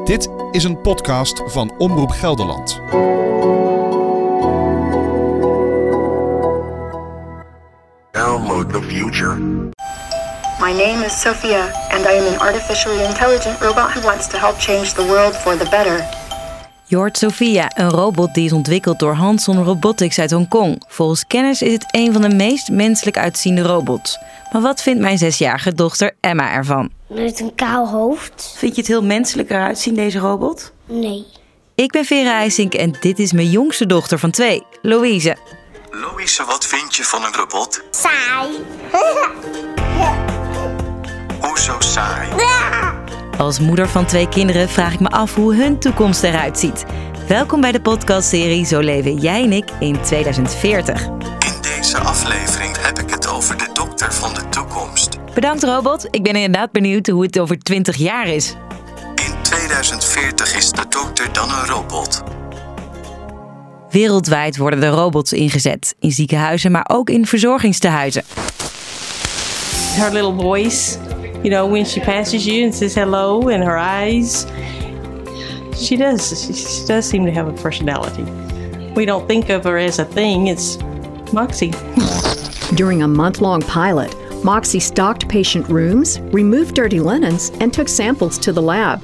Dit is een podcast van Omroep Gelderland. Download the future. My name is Sophia, and I am an artificially intelligent robot who wants to help change the world for the better. Je hoort Sophia, een robot die is ontwikkeld door Hanson Robotics uit Hongkong. Volgens kenners is het een van de meest menselijk uitziende robots. Maar wat vindt mijn 6-jarige dochter Emma ervan? Met een kaal hoofd. Vind je het heel menselijk eruit zien, deze robot? Nee. Ik ben Vera IJsink en dit is mijn jongste dochter van 2, Louise. Louise, wat vind je van een robot? Saai. Hoezo saai? Als moeder van 2 kinderen vraag ik me af hoe hun toekomst eruit ziet. Welkom bij de podcastserie Zo leven jij en ik in 2040. In deze aflevering heb ik het over de dokter van de toekomst. Bedankt robot, ik ben inderdaad benieuwd hoe het over 20 jaar is. In 2040 is de dokter dan een robot. Wereldwijd worden er robots ingezet. In ziekenhuizen, maar ook in verzorgingstehuizen. Her little voice, you know, when she passes you and says hello, and her eyes. She does seem to have a personality. We don't think of her as a thing, it's Moxie. During a month-long pilot, Moxie stocked patient rooms, removed dirty linens, and took samples to the lab.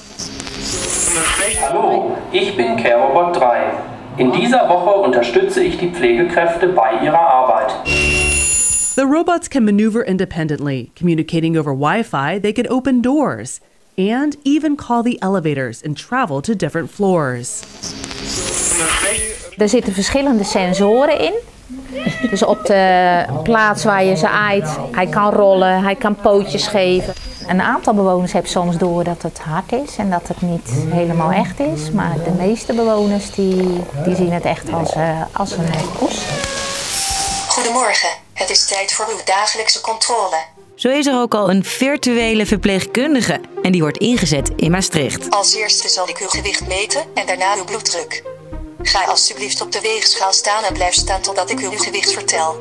Hallo, ich bin CareRobot 3. In dieser Woche unterstütze ich die Pflegekräfte bei ihrer Arbeit. The robots can maneuver independently, communicating over Wi-Fi. They can open doors and even call the elevators and travel to different floors. Er zitten verschillende sensoren in. Dus op de plaats waar je ze aait, hij kan rollen, hij kan pootjes geven. Een aantal bewoners hebben soms door dat het hard is en dat het niet helemaal echt is. Maar de meeste bewoners die zien het echt als een poes. Goedemorgen, het is tijd voor uw dagelijkse controle. Zo is er ook al een virtuele verpleegkundige en die wordt ingezet in Maastricht. Als eerste zal ik uw gewicht meten en daarna uw bloeddruk. Ga alsjeblieft op de weegschaal staan en blijf staan totdat ik uw gewicht vertel.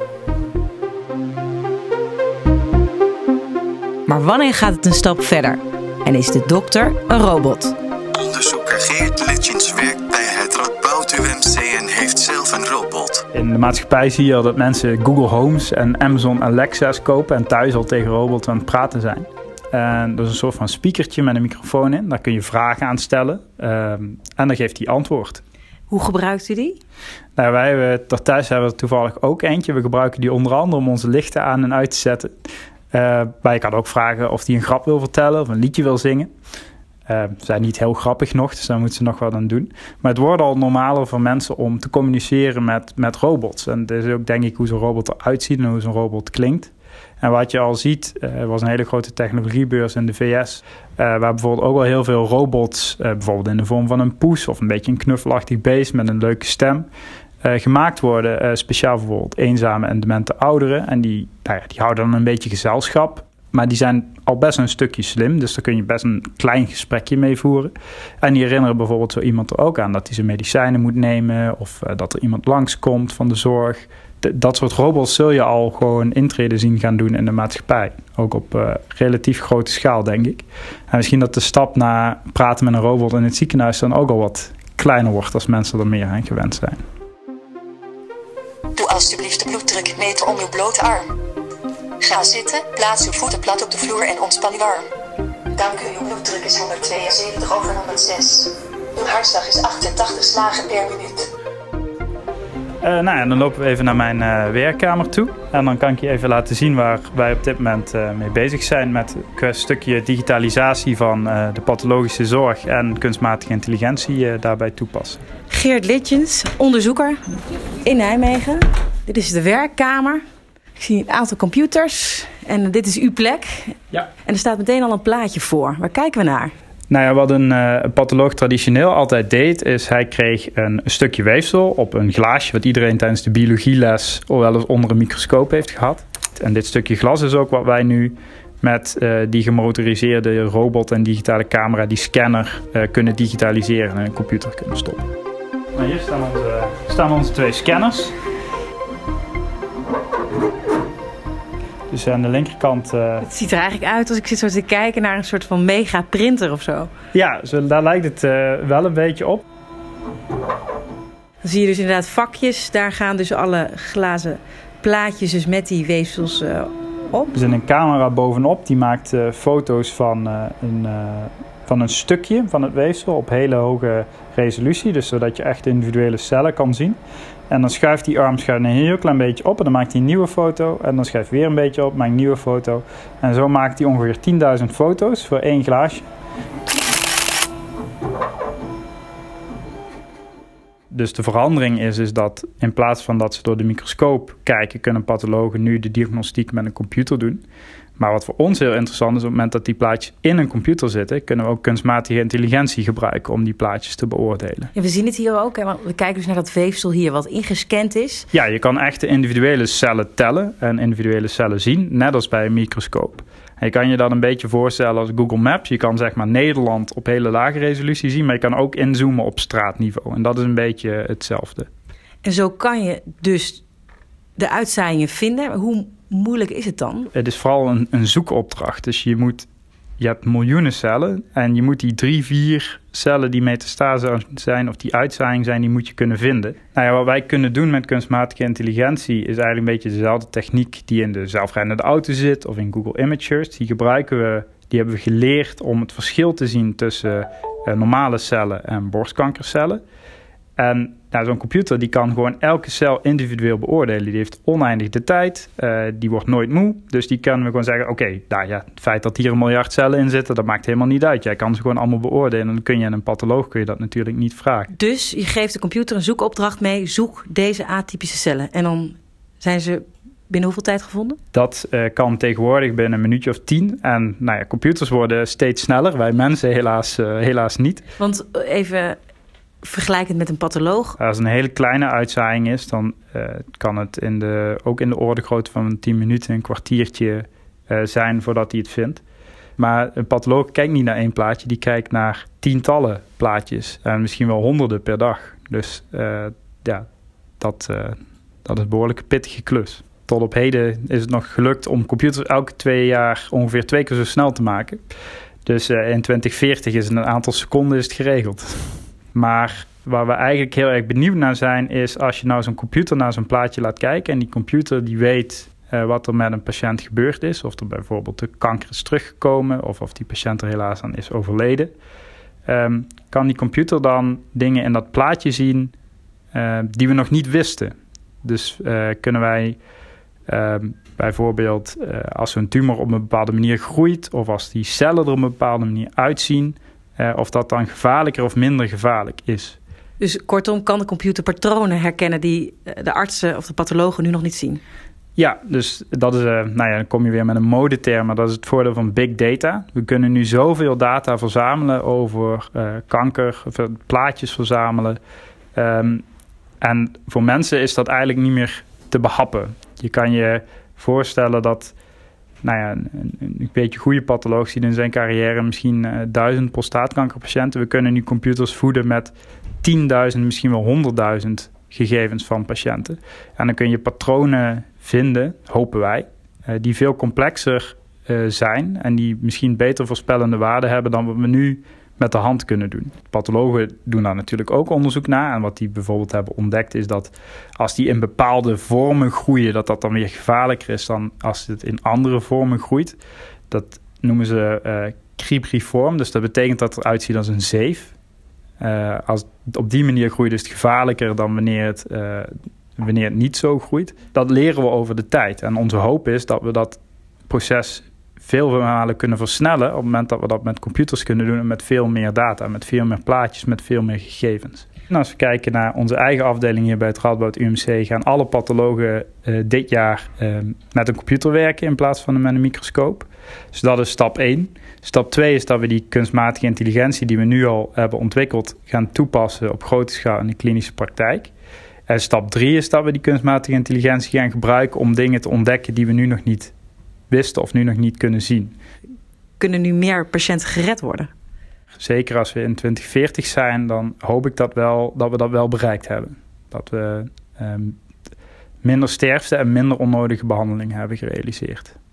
Maar wanneer gaat het een stap verder? En is de dokter een robot? Onderzoeker Geert Litjens werkt bij het Radboud UMC en heeft zelf een robot. In de maatschappij zie je al dat mensen Google Homes en Amazon Alexa's kopen en thuis al tegen robots aan het praten zijn. En dat is een soort van speakertje met een microfoon in. Daar kun je vragen aan stellen en dan geeft hij antwoord. Hoe gebruikt u die? Nou, wij thuis hebben we er toevallig ook eentje. We gebruiken die onder andere om onze lichten aan en uit te zetten. Maar je kan ook vragen of hij een grap wil vertellen of een liedje wil zingen. Ze zijn niet heel grappig nog, dus daar moeten ze nog wat aan doen. Maar het wordt al normaler voor mensen om te communiceren met robots. En dat is ook denk ik hoe zo'n robot eruit ziet en hoe zo'n robot klinkt. En wat je al ziet, er was een hele grote technologiebeurs in de VS... waar bijvoorbeeld ook al heel veel robots, bijvoorbeeld in de vorm van een poes... of een beetje een knuffelachtig beest met een leuke stem... gemaakt worden, speciaal voor bijvoorbeeld eenzame en demente ouderen. En die houden dan een beetje gezelschap... Maar die zijn al best een stukje slim, dus daar kun je best een klein gesprekje mee voeren. En die herinneren bijvoorbeeld zo iemand er ook aan dat hij zijn medicijnen moet nemen... of dat er iemand langskomt van de zorg. Dat soort robots zul je al gewoon intrede zien gaan doen in de maatschappij. Ook op relatief grote schaal, denk ik. En misschien dat de stap naar praten met een robot in het ziekenhuis... dan ook al wat kleiner wordt als mensen er meer aan gewend zijn. Doe alsjeblieft de bloeddrukmeter om uw blote arm. Ga zitten, plaats uw voeten plat op de vloer en ontspan uw arm. Dank u, uw bloeddruk is 172/106. Uw hartslag is 88 slagen per minuut. Dan lopen we even naar mijn werkkamer toe. En dan kan ik je even laten zien waar wij op dit moment mee bezig zijn... met een stukje digitalisatie van de pathologische zorg... en kunstmatige intelligentie daarbij toepassen. Geert Litjens, onderzoeker in Nijmegen. Dit is de werkkamer. Ik zie een aantal computers en dit is uw plek. Ja. En er staat meteen al een plaatje voor. Waar kijken we naar? Nou ja, wat een patholoog traditioneel altijd deed... is hij kreeg een stukje weefsel op een glaasje... wat iedereen tijdens de biologieles wel eens onder een microscoop heeft gehad. En dit stukje glas is ook wat wij nu met die gemotoriseerde robot... en digitale camera, die scanner, kunnen digitaliseren... en in een computer kunnen stoppen. Nou, hier staan onze 2 scanners... Dus aan de linkerkant... Het ziet er eigenlijk uit als ik zit zo te kijken naar een soort van mega printer of zo. Ja, daar lijkt het wel een beetje op. Dan zie je dus inderdaad vakjes. Daar gaan dus alle glazen plaatjes dus met die weefsels op. Er zit een camera bovenop. Die maakt foto's van een stukje van het weefsel op hele hoge resolutie. Dus zodat je echt individuele cellen kan zien. En dan schuift die arm een heel klein beetje op. En dan maakt hij een nieuwe foto. En dan schuift weer een beetje op, maakt een nieuwe foto. En zo maakt hij ongeveer 10.000 foto's voor 1 glaasje. Dus de verandering is dat in plaats van dat ze door de microscoop kijken, kunnen pathologen nu de diagnostiek met een computer doen. Maar wat voor ons heel interessant is, op het moment dat die plaatjes in een computer zitten, kunnen we ook kunstmatige intelligentie gebruiken om die plaatjes te beoordelen. Ja, we zien het hier ook, hè? Want we kijken dus naar dat weefsel hier wat ingescand is. Ja, je kan echt de individuele cellen tellen en individuele cellen zien, net als bij een microscoop. En je kan je dat een beetje voorstellen als Google Maps. Je kan zeg maar Nederland op hele lage resolutie zien, maar je kan ook inzoomen op straatniveau. En dat is een beetje hetzelfde. En zo kan je dus de uitzaaiingen vinden. Hoe moeilijk is het dan? Het is vooral een zoekopdracht. Dus je hebt miljoenen cellen en je moet die 3-4 cellen die metastase zijn of die uitzaaiing zijn, die moet je kunnen vinden. Nou ja, wat wij kunnen doen met kunstmatige intelligentie is eigenlijk een beetje dezelfde techniek die in de zelfrijdende auto zit of in Google Imagers. Die hebben we geleerd om het verschil te zien tussen normale cellen en borstkankercellen. En zo'n computer die kan gewoon elke cel individueel beoordelen. Die heeft oneindig de tijd, die wordt nooit moe. Dus die kunnen we gewoon zeggen, oké, het feit dat hier 1 miljard cellen in zitten, dat maakt helemaal niet uit. Jij kan ze gewoon allemaal beoordelen. En dan kun je aan een patholoog dat natuurlijk niet vragen. Dus je geeft de computer een zoekopdracht mee, zoek deze atypische cellen. En dan zijn ze binnen hoeveel tijd gevonden? Dat kan tegenwoordig binnen een minuutje of 10. En computers worden steeds sneller. Wij mensen helaas niet. Want even vergelijkend met een patholoog. Als een hele kleine uitzaaiing is, dan kan het ook in de orde grootte van 10 minuten, een kwartiertje zijn voordat hij het vindt. Maar een patholoog kijkt niet naar 1 plaatje, die kijkt naar tientallen plaatjes en misschien wel honderden per dag. Dus dat is een behoorlijke pittige klus. Tot op heden is het nog gelukt om computers elke 2 jaar ongeveer 2 keer zo snel te maken. Dus in 2040 is in een aantal seconden is het geregeld. Maar waar we eigenlijk heel erg benieuwd naar zijn, is als je nou zo'n computer naar zo'n plaatje laat kijken en die computer die weet wat er met een patiënt gebeurd is, of er bijvoorbeeld de kanker is teruggekomen of die patiënt er helaas aan is overleden, kan die computer dan dingen in dat plaatje zien die we nog niet wisten. Dus kunnen wij bijvoorbeeld als zo'n tumor op een bepaalde manier groeit of als die cellen er op een bepaalde manier uitzien, of dat dan gevaarlijker of minder gevaarlijk is. Dus kortom, kan de computer patronen herkennen die de artsen of de pathologen nu nog niet zien? Ja, dus dat is, dan kom je weer met een modeterm, maar dat is het voordeel van big data. We kunnen nu zoveel data verzamelen over kanker, of plaatjes verzamelen. En voor mensen is dat eigenlijk niet meer te behappen. Je kan je voorstellen dat een beetje goede patholoog ziet in zijn carrière misschien 1000 prostaatkankerpatiënten. We kunnen nu computers voeden met 10.000, misschien wel 100.000 gegevens van patiënten. En dan kun je patronen vinden, hopen wij, die veel complexer zijn en die misschien beter voorspellende waarden hebben dan wat we nu met de hand kunnen doen. Pathologen doen daar natuurlijk ook onderzoek naar. En wat die bijvoorbeeld hebben ontdekt is dat als die in bepaalde vormen groeien, dat dan weer gevaarlijker is dan als het in andere vormen groeit. Dat noemen ze cribriform. Dus dat betekent dat het eruit ziet als een zeef. Als het op die manier groeit, is het gevaarlijker dan wanneer het niet zo groeit. Dat leren we over de tijd. En onze hoop is dat we dat proces veel malen kunnen versnellen op het moment dat we dat met computers kunnen doen en met veel meer data, met veel meer plaatjes, met veel meer gegevens. En als we kijken naar onze eigen afdeling hier bij het Radboud UMC, gaan alle pathologen dit jaar met een computer werken in plaats van met een microscoop. Dus dat is stap 1. Stap 2 is dat we die kunstmatige intelligentie die we nu al hebben ontwikkeld gaan toepassen op grote schaal in de klinische praktijk. En stap 3 is dat we die kunstmatige intelligentie gaan gebruiken om dingen te ontdekken die we nu nog niet wisten of nu nog niet kunnen zien. Kunnen nu meer patiënten gered worden? Zeker als we in 2040 zijn, dan hoop ik dat we dat wel bereikt hebben. Dat we minder sterfte en minder onnodige behandeling hebben gerealiseerd.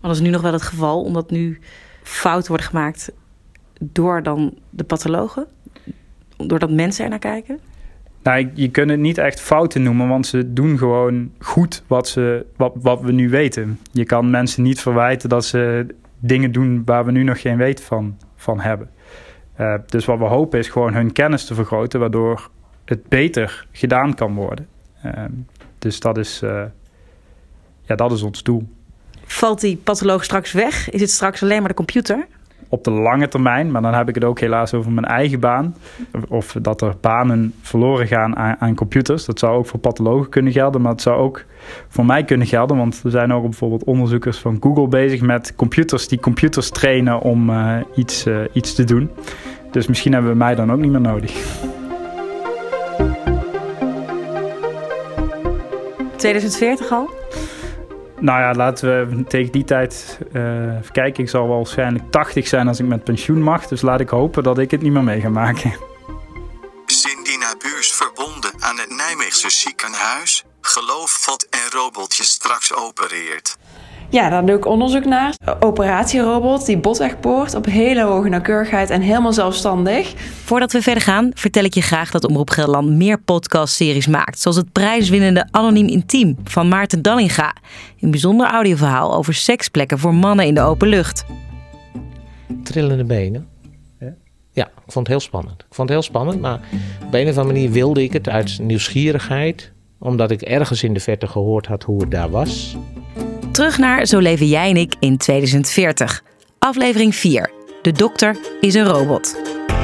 dat is nu nog wel het geval, omdat nu fouten worden gemaakt door dan de pathologen? Doordat mensen er naar kijken? Nou, je kunt het niet echt fouten noemen, want ze doen gewoon goed wat we nu weten. Je kan mensen niet verwijten dat ze dingen doen waar we nu nog geen weet van hebben. Dus wat we hopen is gewoon hun kennis te vergroten, waardoor het beter gedaan kan worden. Dus dat is ons doel. Valt die patholoog straks weg? Is het straks alleen maar de computer? Op de lange termijn, maar dan heb ik het ook helaas over mijn eigen baan. Of dat er banen verloren gaan aan computers. Dat zou ook voor pathologen kunnen gelden, maar het zou ook voor mij kunnen gelden. Want er zijn ook bijvoorbeeld onderzoekers van Google bezig met computers die computers trainen om iets te doen. Dus misschien hebben we mij dan ook niet meer nodig. 2040 al? Nou ja, laten we tegen die tijd even kijken. Ik zal wel waarschijnlijk 80 zijn als ik met pensioen mag. Dus laat ik hopen dat ik het niet meer mee ga maken. Sindina Buurs verbonden aan het Nijmeegse ziekenhuis. Geloof wat een robotje straks opereert. Ja, daar doe ik onderzoek naar. Een operatierobot die bot wegboort op hele hoge nauwkeurigheid en helemaal zelfstandig. Voordat we verder gaan, vertel ik je graag dat Omroep Gelderland meer podcastseries maakt. Zoals het prijswinnende Anoniem Intiem van Maarten Dallinga. Een bijzonder audioverhaal over seksplekken voor mannen in de open lucht. Trillende benen. Ja, ik vond het heel spannend. Maar op een of andere manier wilde ik het uit nieuwsgierigheid. Omdat ik ergens in de verte gehoord had hoe het daar was. Terug naar Zo leven jij en ik in 2040. Aflevering 4. De dokter is een robot.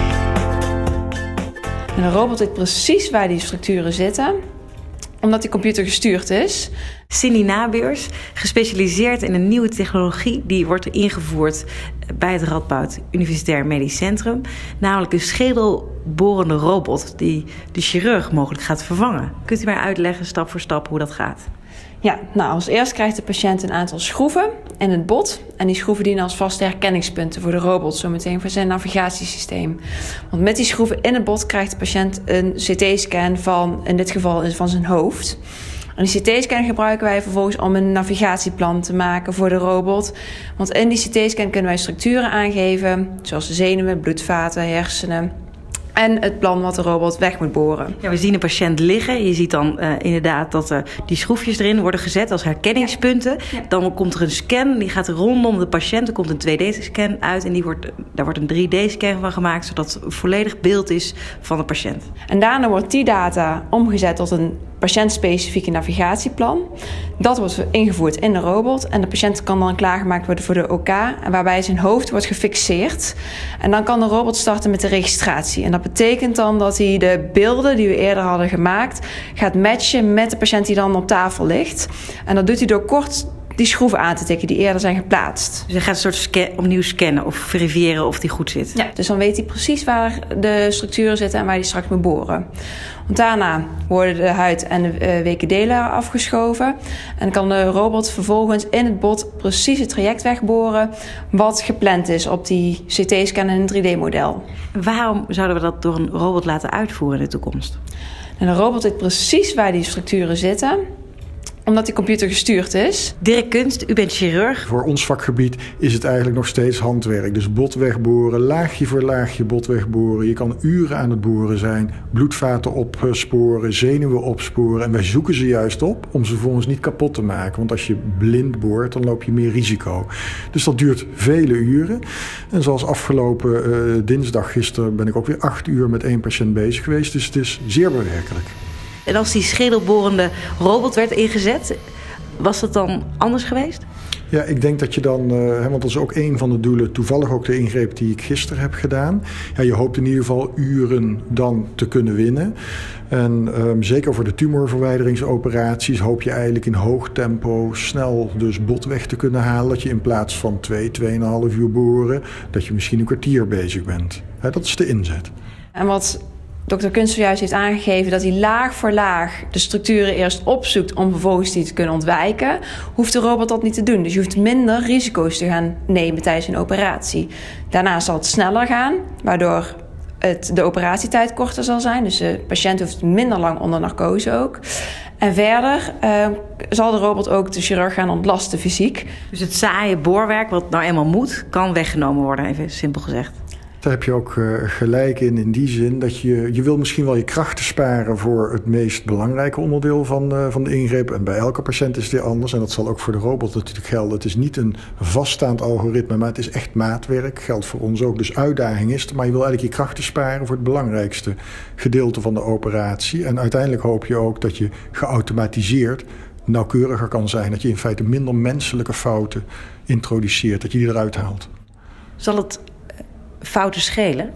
En een robot weet precies waar die structuren zitten, omdat die computer gestuurd is. Cindy Nabeurs, gespecialiseerd in een nieuwe technologie die wordt ingevoerd bij het Radboud Universitair Medisch Centrum. Namelijk een schedelborende robot die de chirurg mogelijk gaat vervangen. Kunt u mij uitleggen stap voor stap hoe dat gaat? Ja, nou als eerst krijgt de patiënt een aantal schroeven in het bot. En die schroeven dienen als vaste herkenningspunten voor de robot, zometeen voor zijn navigatiesysteem. Want met die schroeven in het bot krijgt de patiënt een CT-scan van, in dit geval van zijn hoofd. En die CT-scan gebruiken wij vervolgens om een navigatieplan te maken voor de robot. Want in die CT-scan kunnen wij structuren aangeven, zoals de zenuwen, bloedvaten, hersenen. En het plan wat de robot weg moet boren. Ja, we zien een patiënt liggen. Je ziet dan inderdaad dat die schroefjes erin worden gezet als herkenningspunten. Ja. Dan komt er een scan, die gaat rondom de patiënt. Er komt een 2D-scan uit en daar wordt een 3D-scan van gemaakt, zodat het een volledig beeld is van de patiënt. En daarna wordt die data omgezet tot een patiëntspecifieke navigatieplan. Dat wordt ingevoerd in de robot en de patiënt kan dan klaargemaakt worden voor de OK, waarbij zijn hoofd wordt gefixeerd. En dan kan de robot starten met de registratie. En dat betekent dan dat hij de beelden die we eerder hadden gemaakt gaat matchen met de patiënt die dan op tafel ligt. En dat doet hij door kort die schroeven aan te tikken die eerder zijn geplaatst. Dus hij gaat een soort opnieuw scannen of verifiëren of die goed zit. Ja, dus dan weet hij precies waar de structuren zitten en waar hij straks moet boren. Want daarna worden de huid en de weken delen afgeschoven. En kan de robot vervolgens in het bot precies het traject wegboren wat gepland is op die CT-scan en een 3D-model. Waarom zouden we dat door een robot laten uitvoeren in de toekomst? En de robot weet precies waar die structuren zitten, omdat die computer gestuurd is. Dirk Kunst, u bent chirurg. Voor ons vakgebied is het eigenlijk nog steeds handwerk. Dus bot wegboren, laagje voor laagje bot wegboren. Je kan uren aan het boren zijn, bloedvaten opsporen, zenuwen opsporen. En wij zoeken ze juist op om ze voor ons niet kapot te maken. Want als je blind boort, dan loop je meer risico. Dus dat duurt vele uren. En zoals afgelopen dinsdag gisteren ben ik ook weer 8 uur met 1 patiënt bezig geweest. Dus het is zeer bewerkelijk. En als die schedelborende robot werd ingezet, was dat dan anders geweest? Ja, ik denk dat je dan, want dat is ook een van de doelen, toevallig ook de ingreep die ik gisteren heb gedaan. Ja, je hoopt in ieder geval uren dan te kunnen winnen. En zeker voor de tumorverwijderingsoperaties hoop je eigenlijk in hoog tempo snel dus bot weg te kunnen halen. Dat je in plaats van 2,5 uur boren, dat je misschien een kwartier bezig bent. Ja, dat is de inzet. En wat Dr. Kunst zojuist heeft aangegeven, dat hij laag voor laag de structuren eerst opzoekt om vervolgens die te kunnen ontwijken, hoeft de robot dat niet te doen. Dus je hoeft minder risico's te gaan nemen tijdens een operatie. Daarna zal het sneller gaan, waardoor de operatietijd korter zal zijn. Dus de patiënt hoeft minder lang onder narcose ook. En verder zal de robot ook de chirurg gaan ontlasten fysiek. Dus het saaie boorwerk, wat nou eenmaal moet, kan weggenomen worden, even simpel gezegd. Daar heb je ook gelijk in die zin dat je wil misschien wel je krachten sparen voor het meest belangrijke onderdeel van de ingreep. En bij elke patiënt is dit anders en dat zal ook voor de robot natuurlijk gelden. Het is niet een vaststaand algoritme, maar het is echt maatwerk. Geldt voor ons ook. Dus uitdaging is er, maar je wil eigenlijk je krachten sparen voor het belangrijkste gedeelte van de operatie. En uiteindelijk hoop je ook dat je geautomatiseerd nauwkeuriger kan zijn. Dat je in feite minder menselijke fouten introduceert, dat je die eruit haalt. Zal het fouten schelen?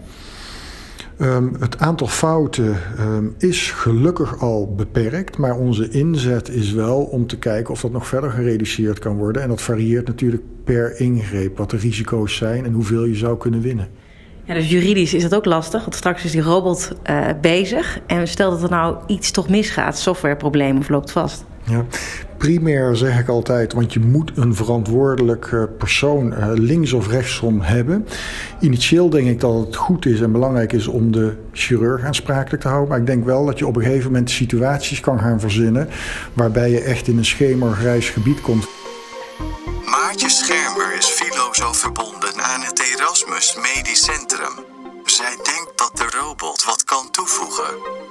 Het aantal fouten is gelukkig al beperkt, maar onze inzet is wel om te kijken of dat nog verder gereduceerd kan worden. En dat varieert natuurlijk per ingreep, wat de risico's zijn en hoeveel je zou kunnen winnen. Ja, dus juridisch is dat ook lastig, want straks is die robot bezig. En stel dat er nou iets toch misgaat, softwareprobleem of loopt vast. Ja, primair zeg ik altijd, want je moet een verantwoordelijk persoon links of rechtsom hebben. Initieel denk ik dat het goed is en belangrijk is om de chirurg aansprakelijk te houden. Maar ik denk wel dat je op een gegeven moment situaties kan gaan verzinnen waarbij je echt in een schemergrijs gebied komt. Maartje Schermer is filosoof verbonden aan het Erasmus Medisch Centrum. Zij denkt dat de robot wat kan toevoegen.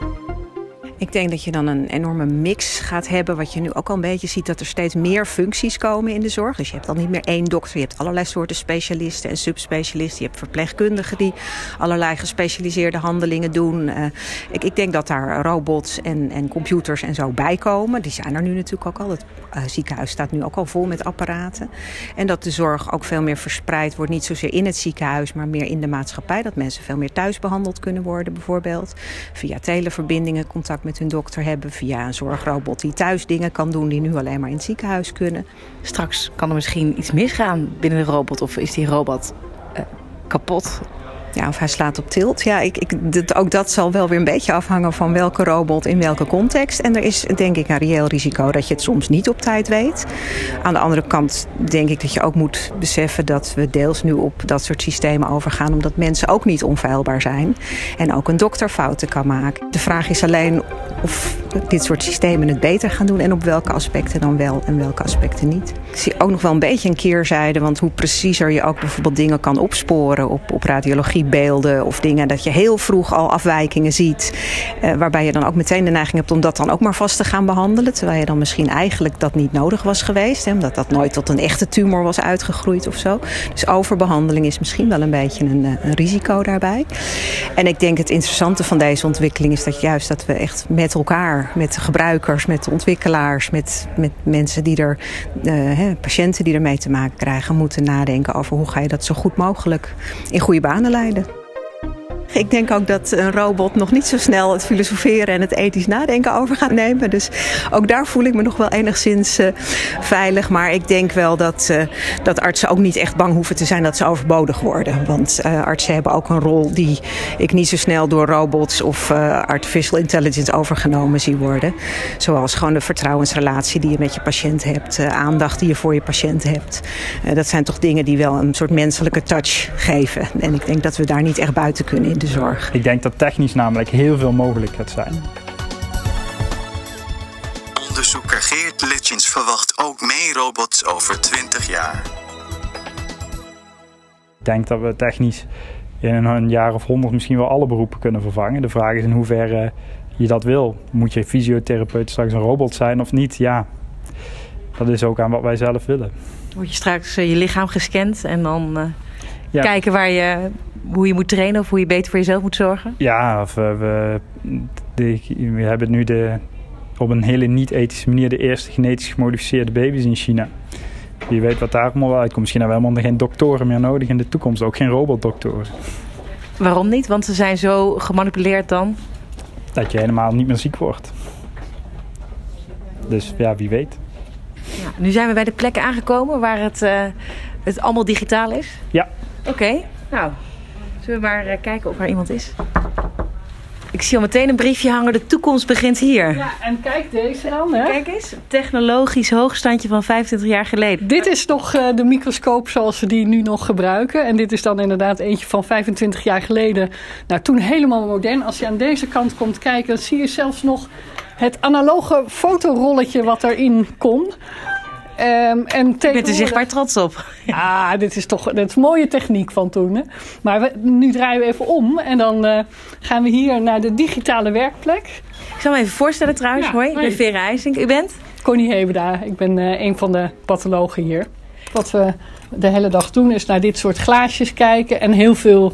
Ik denk dat je dan een enorme mix gaat hebben. Wat je nu ook al een beetje ziet, dat er steeds meer functies komen in de zorg. Dus je hebt dan niet meer één dokter. Je hebt allerlei soorten specialisten en subspecialisten. Je hebt verpleegkundigen die allerlei gespecialiseerde handelingen doen. Ik denk dat daar robots en computers en zo bij komen. Die zijn er nu natuurlijk ook al. Het ziekenhuis staat nu ook al vol met apparaten. En dat de zorg ook veel meer verspreid wordt. Niet zozeer in het ziekenhuis, maar meer in de maatschappij. Dat mensen veel meer thuis behandeld kunnen worden bijvoorbeeld. Via televerbindingen contact met hun dokter hebben, via een zorgrobot die thuis dingen kan doen die nu alleen maar in het ziekenhuis kunnen. Straks kan er misschien iets misgaan binnen de robot of is die robot kapot? Ja, of hij slaat op tilt. Ja, ook dat zal wel weer een beetje afhangen van welke robot in welke context. En er is denk ik een reëel risico dat je het soms niet op tijd weet. Aan de andere kant denk ik dat je ook moet beseffen dat we deels nu op dat soort systemen overgaan, omdat mensen ook niet onfeilbaar zijn. En ook een dokter fouten kan maken. De vraag is alleen of dit soort systemen het beter gaan doen en op welke aspecten dan wel en welke aspecten niet. Ik zie ook nog wel een beetje een keerzijde, want hoe preciezer je ook bijvoorbeeld dingen kan opsporen op radiologiebeelden of dingen, dat je heel vroeg al afwijkingen ziet, waarbij je dan ook meteen de neiging hebt om dat dan ook maar vast te gaan behandelen, terwijl je dan misschien eigenlijk dat niet nodig was geweest, omdat dat nooit tot een echte tumor was uitgegroeid of zo. Dus overbehandeling is misschien wel een beetje een risico daarbij. En ik denk het interessante van deze ontwikkeling is dat juist dat we echt met elkaar, met de gebruikers, met de ontwikkelaars, met mensen die er, patiënten die ermee te maken krijgen, moeten nadenken over hoe ga je dat zo goed mogelijk in goede banen leiden. Ik denk ook dat een robot nog niet zo snel het filosoferen en het ethisch nadenken over gaat nemen. Dus ook daar voel ik me nog wel enigszins veilig. Maar ik denk wel dat artsen ook niet echt bang hoeven te zijn dat ze overbodig worden. Want artsen hebben ook een rol die ik niet zo snel door robots of artificial intelligence overgenomen zie worden. Zoals gewoon de vertrouwensrelatie die je met je patiënt hebt. Aandacht die je voor je patiënt hebt. Dat zijn toch dingen die wel een soort menselijke touch geven. En ik denk dat we daar niet echt buiten kunnen in de zorg. Ik denk dat technisch namelijk heel veel mogelijk gaat zijn. Onderzoeker Geert Litjens verwacht ook meer robots over 20 jaar. Ik denk dat we technisch in een jaar of 100 misschien wel alle beroepen kunnen vervangen. De vraag is in hoeverre je dat wil. Moet je fysiotherapeut straks een robot zijn of niet? Ja, dat is ook aan wat wij zelf willen. Word je straks je lichaam gescand en dan kijken hoe je moet trainen of hoe je beter voor jezelf moet zorgen? Ja, of we hebben nu op een hele niet-ethische manier de eerste genetisch gemodificeerde baby's in China. Wie weet wat daar allemaal uitkomt. Misschien hebben we helemaal geen doktoren meer nodig in de toekomst. Ook geen robotdoktoren. Waarom niet? Want ze zijn zo gemanipuleerd dan? Dat je helemaal niet meer ziek wordt. Dus ja, wie weet. Ja, nu zijn we bij de plekken aangekomen waar het allemaal digitaal is. Ja. Oké, nou, zullen we maar kijken of er iemand is? Ik zie al meteen een briefje hangen. De toekomst begint hier. Ja, en kijk deze dan. Hè? Kijk eens. Technologisch hoogstandje van 25 jaar geleden. Dit is nog de microscoop zoals we die nu nog gebruiken. En dit is dan inderdaad eentje van 25 jaar geleden. Nou, toen helemaal modern. Als je aan deze kant komt kijken, dan zie je zelfs nog het analoge fotorolletje wat erin kon. Je bent er zichtbaar trots op. Ja, dit is mooie techniek van toen. Hè? Maar nu draaien we even om. En dan gaan we hier naar de digitale werkplek. Ik zal me even voorstellen trouwens. Hoi, ik ben Vera IJsink. U bent? Connie Hebeda. Ik ben een van de pathologen hier. Wat we de hele dag doen is naar dit soort glaasjes kijken. En heel veel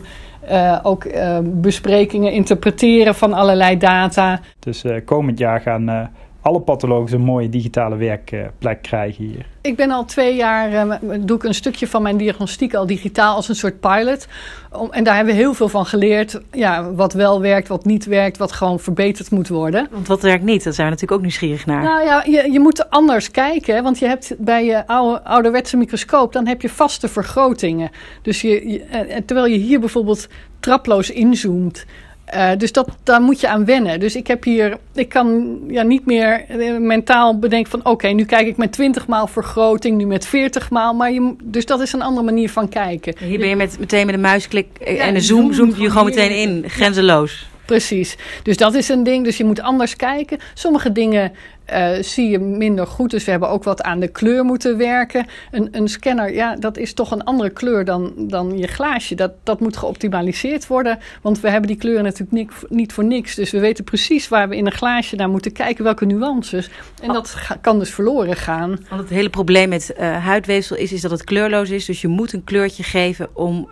ook besprekingen, interpreteren van allerlei data. Dus komend jaar gaan alle pathologen een mooie digitale werkplek krijgen hier. Ik ben al 2 jaar, doe ik een stukje van mijn diagnostiek al digitaal als een soort pilot. En daar hebben we heel veel van geleerd. Ja, wat wel werkt, wat niet werkt, wat gewoon verbeterd moet worden. Want wat werkt niet? Daar zijn we natuurlijk ook nieuwsgierig naar. Nou ja, je moet anders kijken. Want je hebt bij je ouderwetse microscoop, dan heb je vaste vergrotingen. Dus terwijl je hier bijvoorbeeld traploos inzoomt. Dus daar moet je aan wennen. Dus ik kan niet meer mentaal bedenken van oké, nu kijk ik met 20 maal vergroting, nu met 40 maal. Dus dat is een andere manier van kijken. Hier ben je meteen met een muisklik en een zoom je gewoon meteen in. Grenzeloos. Precies. Dus dat is een ding. Dus je moet anders kijken. Sommige dingen zie je minder goed. Dus we hebben ook wat aan de kleur moeten werken. Een scanner, ja, dat is toch een andere kleur dan je glaasje. Dat moet geoptimaliseerd worden. Want we hebben die kleuren natuurlijk niet voor niks. Dus we weten precies waar we in een glaasje naar moeten kijken. Welke nuances. En dat kan dus verloren gaan. Want het hele probleem met huidweefsel is dat het kleurloos is. Dus je moet een kleurtje geven om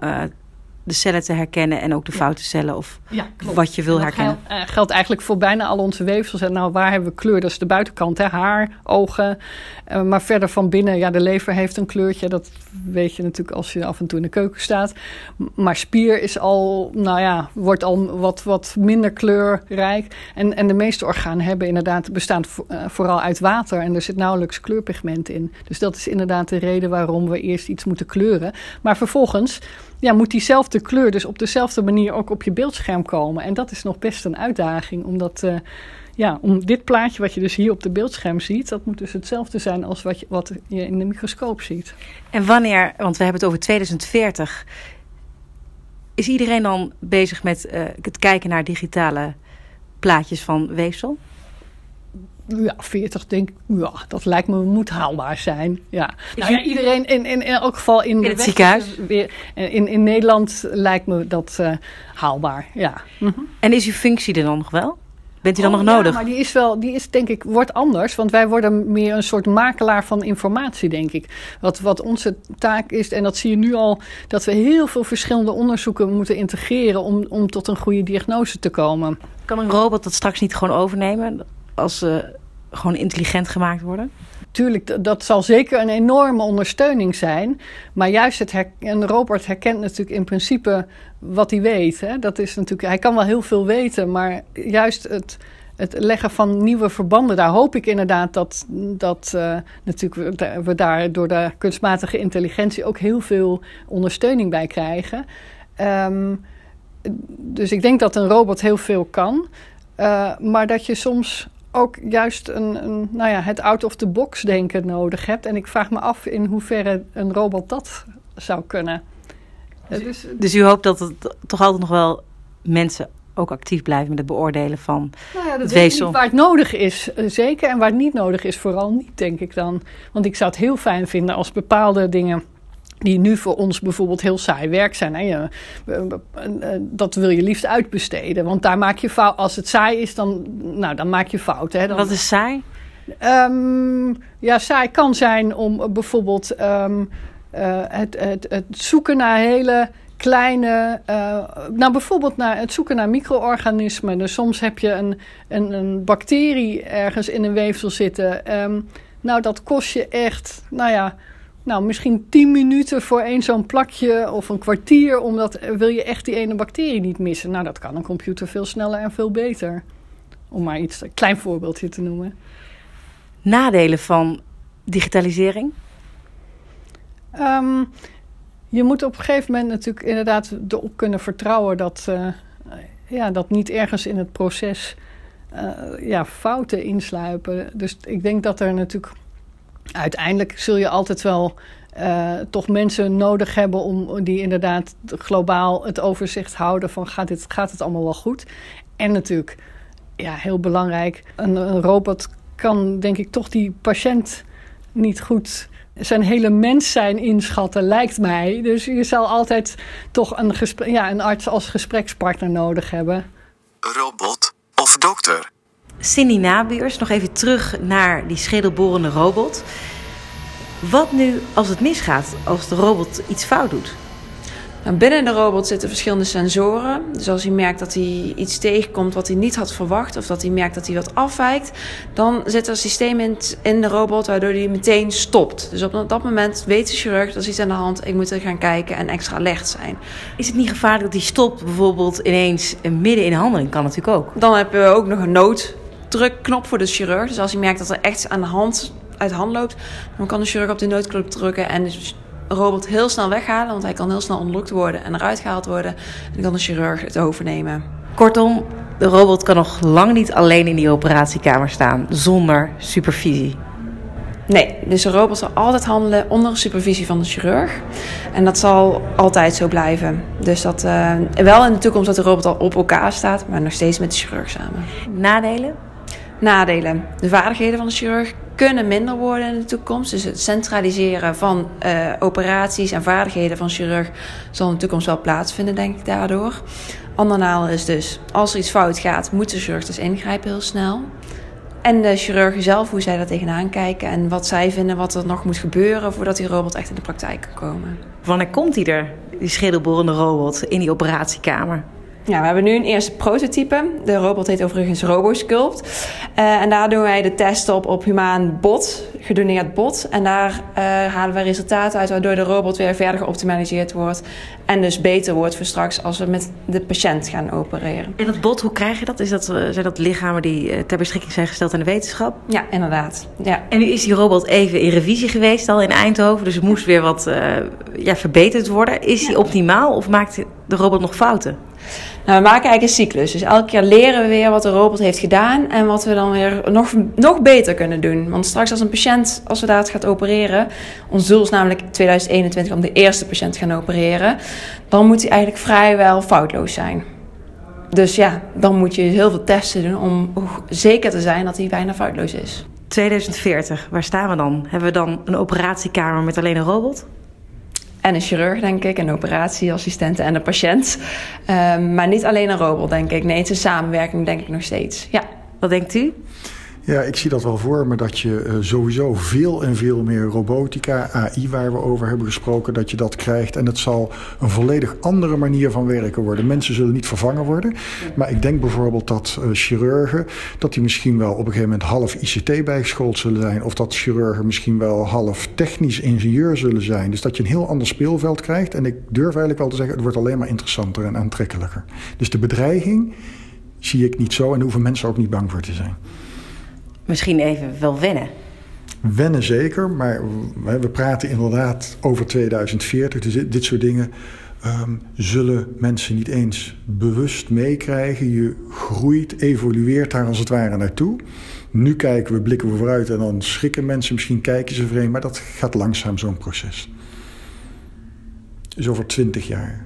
de cellen te herkennen en ook de foute cellen of wat je wil herkennen. Dat geldt eigenlijk voor bijna al onze weefsels. En nou, waar hebben we kleur? Dat is de buitenkant, hè? Haar, ogen. Maar verder van binnen, ja, de lever heeft een kleurtje. Dat weet je natuurlijk als je af en toe in de keuken staat. Maar spier is al, wordt al wat minder kleurrijk. En de meeste organen bestaan vooral uit water. En er zit nauwelijks kleurpigment in. Dus dat is inderdaad de reden waarom we eerst iets moeten kleuren. Maar vervolgens moet diezelfde kleur dus op dezelfde manier ook op je beeldscherm komen. En dat is nog best een uitdaging. Omdat om dit plaatje wat je dus hier op de beeldscherm ziet, dat moet dus hetzelfde zijn als wat je in de microscoop ziet. En wanneer, want we hebben het over 2040, is iedereen dan bezig met het kijken naar digitale plaatjes van weefsel? Ja, 40 denk ik, dat lijkt me moet haalbaar zijn. Ja. Iedereen in elk geval in het ziekenhuis. In Nederland lijkt me dat haalbaar. Ja. Mm-hmm. En is uw functie er dan nog wel? Bent u dan nog nodig? Maar die is denk ik, wordt anders. Want wij worden meer een soort makelaar van informatie, denk ik. Wat onze taak is, en dat zie je nu al, dat we heel veel verschillende onderzoeken moeten integreren om tot een goede diagnose te komen. Kan een robot dat straks niet gewoon overnemen als ze gewoon intelligent gemaakt worden? Tuurlijk, dat zal zeker een enorme ondersteuning zijn. Maar juist een robot herkent natuurlijk in principe wat hij weet. Hè? Dat is natuurlijk, hij kan wel heel veel weten, maar juist het leggen van nieuwe verbanden, daar hoop ik inderdaad dat natuurlijk we daar door de kunstmatige intelligentie ook heel veel ondersteuning bij krijgen. Dus ik denk dat een robot heel veel kan. Maar dat je soms ook juist het out-of-the-box denken nodig hebt. En ik vraag me af in hoeverre een robot dat zou kunnen. Dus u hoopt dat het toch altijd nog wel mensen ook actief blijven met het beoordelen van het weefsel? Niet waar het nodig is, zeker. En waar het niet nodig is, vooral niet, denk ik dan. Want ik zou het heel fijn vinden als bepaalde dingen die nu voor ons bijvoorbeeld heel saai werk zijn. Hè? Dat wil je liefst uitbesteden. Want daar maak je fout. Als het saai is, dan maak je fout. Hè? Wat is saai? Saai kan zijn om bijvoorbeeld het zoeken naar hele kleine, bijvoorbeeld naar het zoeken naar micro-organismen. Dus soms heb je een bacterie ergens in een weefsel zitten. Dat kost je echt, misschien 10 minuten voor zo'n plakje of een kwartier, omdat wil je echt die ene bacterie niet missen. Dat kan een computer veel sneller en veel beter. Om maar een klein voorbeeldje te noemen. Nadelen van digitalisering? Je moet op een gegeven moment natuurlijk inderdaad erop kunnen vertrouwen dat dat niet ergens in het proces fouten insluipen. Dus ik denk dat er natuurlijk... Uiteindelijk zul je altijd wel toch mensen nodig hebben om die inderdaad globaal het overzicht houden van gaat het allemaal wel goed. En natuurlijk, heel belangrijk, een robot kan denk ik toch die patiënt niet goed zijn hele mens zijn inschatten, lijkt mij. Dus je zal altijd toch een arts als gesprekspartner nodig hebben. Robot of dokter? Cindy Nabuurs, nog even terug naar die schedelborende robot. Wat nu als het misgaat, als de robot iets fout doet? Nou, binnen de robot zitten verschillende sensoren. Dus als hij merkt dat hij iets tegenkomt wat hij niet had verwacht, of dat hij merkt dat hij wat afwijkt, dan zit er een systeem in de robot waardoor hij meteen stopt. Dus op dat moment weet de chirurg, er is iets aan de hand, ik moet er gaan kijken en extra alert zijn. Is het niet gevaarlijk dat hij stopt, bijvoorbeeld ineens midden in de handeling? Kan natuurlijk ook. Dan hebben we ook nog een nooddrukknop voor de chirurg. Dus als hij merkt dat er echt aan de hand uit de hand loopt, dan kan de chirurg op de noodknop drukken en de robot heel snel weghalen, want hij kan heel snel ontlokt worden en eruit gehaald worden. En dan kan de chirurg het overnemen. Kortom, de robot kan nog lang niet alleen in die operatiekamer staan, zonder supervisie. Nee, dus de robot zal altijd handelen onder supervisie van de chirurg. En dat zal altijd zo blijven. Dus dat wel in de toekomst dat de robot al op elkaar staat, maar nog steeds met de chirurg samen. Nadelen? Nadelen. De vaardigheden van de chirurg kunnen minder worden in de toekomst. Dus het centraliseren van operaties en vaardigheden van de chirurg zal in de toekomst wel plaatsvinden, denk ik, daardoor. Ander nadeel is dus, als er iets fout gaat, moet de chirurg dus ingrijpen heel snel. En de chirurgen zelf, hoe zij daar tegenaan kijken en wat zij vinden wat er nog moet gebeuren voordat die robot echt in de praktijk kan komen. Wanneer komt die er, die schedelborende robot, in die operatiekamer? Ja, we hebben nu een eerste prototype. De robot heet overigens RoboSculpt. En daar doen wij de test op humaan bot, gedoneerd bot. En daar halen we resultaten uit waardoor de robot weer verder geoptimaliseerd wordt. En dus beter wordt voor straks als we met de patiënt gaan opereren. En dat bot, hoe krijg je dat? Zijn dat lichamen die ter beschikking zijn gesteld aan de wetenschap? Ja, inderdaad. Ja. En nu is die robot even in revisie geweest al in Eindhoven. Dus er moest weer wat verbeterd worden. Is die optimaal of maakt de robot nog fouten? Nou, we maken eigenlijk een cyclus. Dus elke keer leren we weer wat de robot heeft gedaan en wat we dan weer nog beter kunnen doen. Want straks als een patiënt, als we daar gaat opereren, ons doel is namelijk 2021 om de eerste patiënt te gaan opereren, dan moet hij eigenlijk vrijwel foutloos zijn. Dus ja, dan moet je heel veel testen doen om zeker te zijn dat hij bijna foutloos is. 2040, waar staan we dan? Hebben we dan een operatiekamer met alleen een robot? En een chirurg, denk ik, een operatieassistente en een patiënt. Maar niet alleen een robot, denk ik. Nee, het is een samenwerking, denk ik nog steeds. Ja. Wat denkt u? Ja, ik zie dat wel voor me dat je sowieso veel en veel meer robotica, AI waar we over hebben gesproken, dat je dat krijgt. En het zal een volledig andere manier van werken worden. Mensen zullen niet vervangen worden. Maar ik denk bijvoorbeeld dat chirurgen, dat die misschien wel op een gegeven moment half ICT bijgeschoold zullen zijn. Of dat chirurgen misschien wel half technisch ingenieur zullen zijn. Dus dat je een heel ander speelveld krijgt. En ik durf eigenlijk wel te zeggen, het wordt alleen maar interessanter en aantrekkelijker. Dus de bedreiging zie ik niet zo en daar hoeven mensen ook niet bang voor te zijn. Misschien even wel wennen. Wennen zeker, maar we praten inderdaad over 2040. Dus dit soort dingen zullen mensen niet eens bewust meekrijgen. Je groeit, evolueert daar als het ware naartoe. Nu blikken we vooruit en dan schrikken mensen. Misschien kijken ze vreemd, maar dat gaat langzaam zo'n proces. Dus over 20 jaar.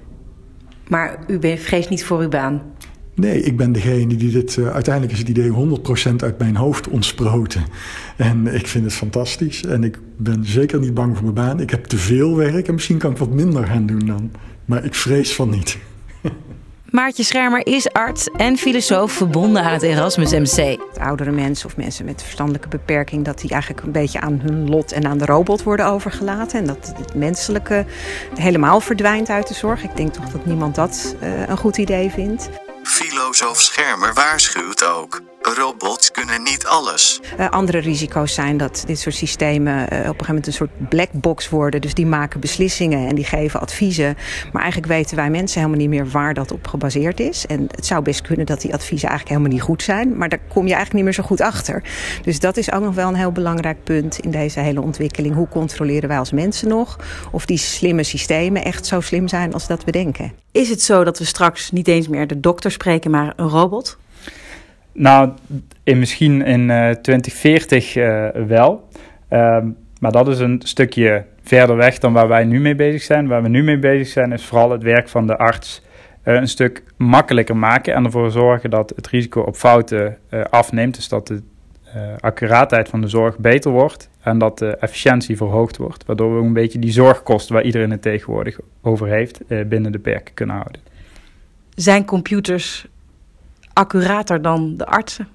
Maar u vreest niet voor uw baan? Nee, ik ben degene die dit... uiteindelijk is het idee 100% uit mijn hoofd ontsproten. En ik vind het fantastisch. En ik ben zeker niet bang voor mijn baan. Ik heb te veel werk en misschien kan ik wat minder gaan doen dan. Maar ik vrees van niet. Maartje Schermer is arts en filosoof verbonden aan het Erasmus MC. Oudere mensen of mensen met verstandelijke beperking, dat die eigenlijk een beetje aan hun lot en aan de robot worden overgelaten. En dat het menselijke helemaal verdwijnt uit de zorg. Ik denk toch dat niemand dat een goed idee vindt. Filosoof Schermer waarschuwt ook. Robots kunnen niet alles. Andere risico's zijn dat dit soort systemen op een gegeven moment een soort black box worden. Dus die maken beslissingen en die geven adviezen. Maar eigenlijk weten wij mensen helemaal niet meer waar dat op gebaseerd is. En het zou best kunnen dat die adviezen eigenlijk helemaal niet goed zijn. Maar daar kom je eigenlijk niet meer zo goed achter. Dus dat is ook nog wel een heel belangrijk punt in deze hele ontwikkeling. Hoe controleren wij als mensen nog of die slimme systemen echt zo slim zijn als dat we denken? Is het zo dat we straks niet eens meer de dokter spreken, maar een robot? Nou, misschien in 2040 wel. Maar dat is een stukje verder weg dan waar wij nu mee bezig zijn. Waar we nu mee bezig zijn is vooral het werk van de arts een stuk makkelijker maken en ervoor zorgen dat het risico op fouten afneemt. Dus dat de accuraatheid van de zorg beter wordt en dat de efficiëntie verhoogd wordt. Waardoor we een beetje die zorgkosten waar iedereen het tegenwoordig over heeft binnen de perken kunnen houden. Zijn computers accurater dan de artsen?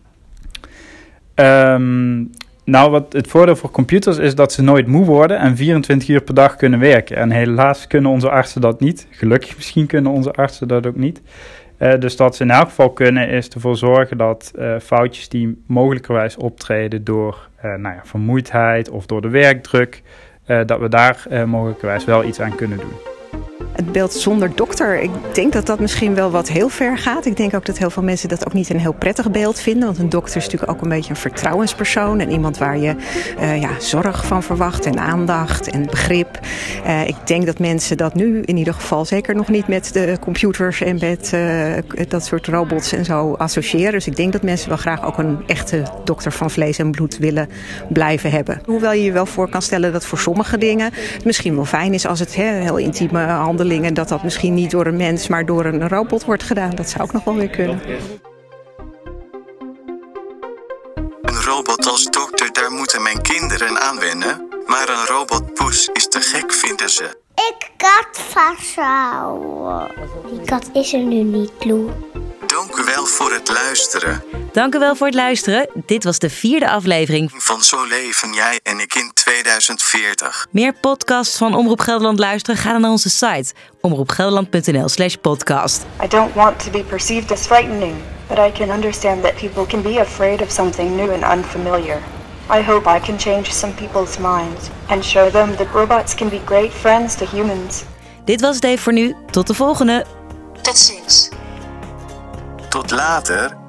Nou, wat het voordeel voor computers is dat ze nooit moe worden en 24 uur per dag kunnen werken. En helaas kunnen onze artsen dat niet. Gelukkig misschien kunnen onze artsen dat ook niet. Dus wat ze in elk geval kunnen is ervoor zorgen dat foutjes die mogelijkerwijs optreden door vermoeidheid of door de werkdruk, dat we daar mogelijkerwijs wel iets aan kunnen doen. Het beeld zonder dokter, ik denk dat dat misschien wel wat heel ver gaat. Ik denk ook dat heel veel mensen dat ook niet een heel prettig beeld vinden. Want een dokter is natuurlijk ook een beetje een vertrouwenspersoon. En iemand waar je zorg van verwacht en aandacht en begrip. Ik denk dat mensen dat nu in ieder geval zeker nog niet met de computers en met dat soort robots en zo associëren. Dus ik denk dat mensen wel graag ook een echte dokter van vlees en bloed willen blijven hebben. Hoewel je je wel voor kan stellen dat voor sommige dingen het misschien wel fijn is als het heel intieme handelingen, dat misschien niet door een mens, maar door een robot wordt gedaan. Dat zou ook nog wel weer kunnen. Een robot als dokter, daar moeten mijn kinderen aan wennen. Maar een robotpoes is te gek, vinden ze. Ik kat vasthouden. Die kat is er nu niet, Lou. Dank u wel voor het luisteren. Dank u wel voor het luisteren. Dit was de 4e aflevering van Zo leven jij en ik in 2040. Meer podcasts van Omroep Gelderland luisteren? Ga dan naar onze site omroepgelderland.nl/podcast. I don't want to be perceived as frightening, but I can understand that people can be afraid of something new and unfamiliar. I hope I can change some people's minds and show them that robots can be great friends to humans. Dit was het even voor nu. Tot de volgende. Tot ziens. Tot later.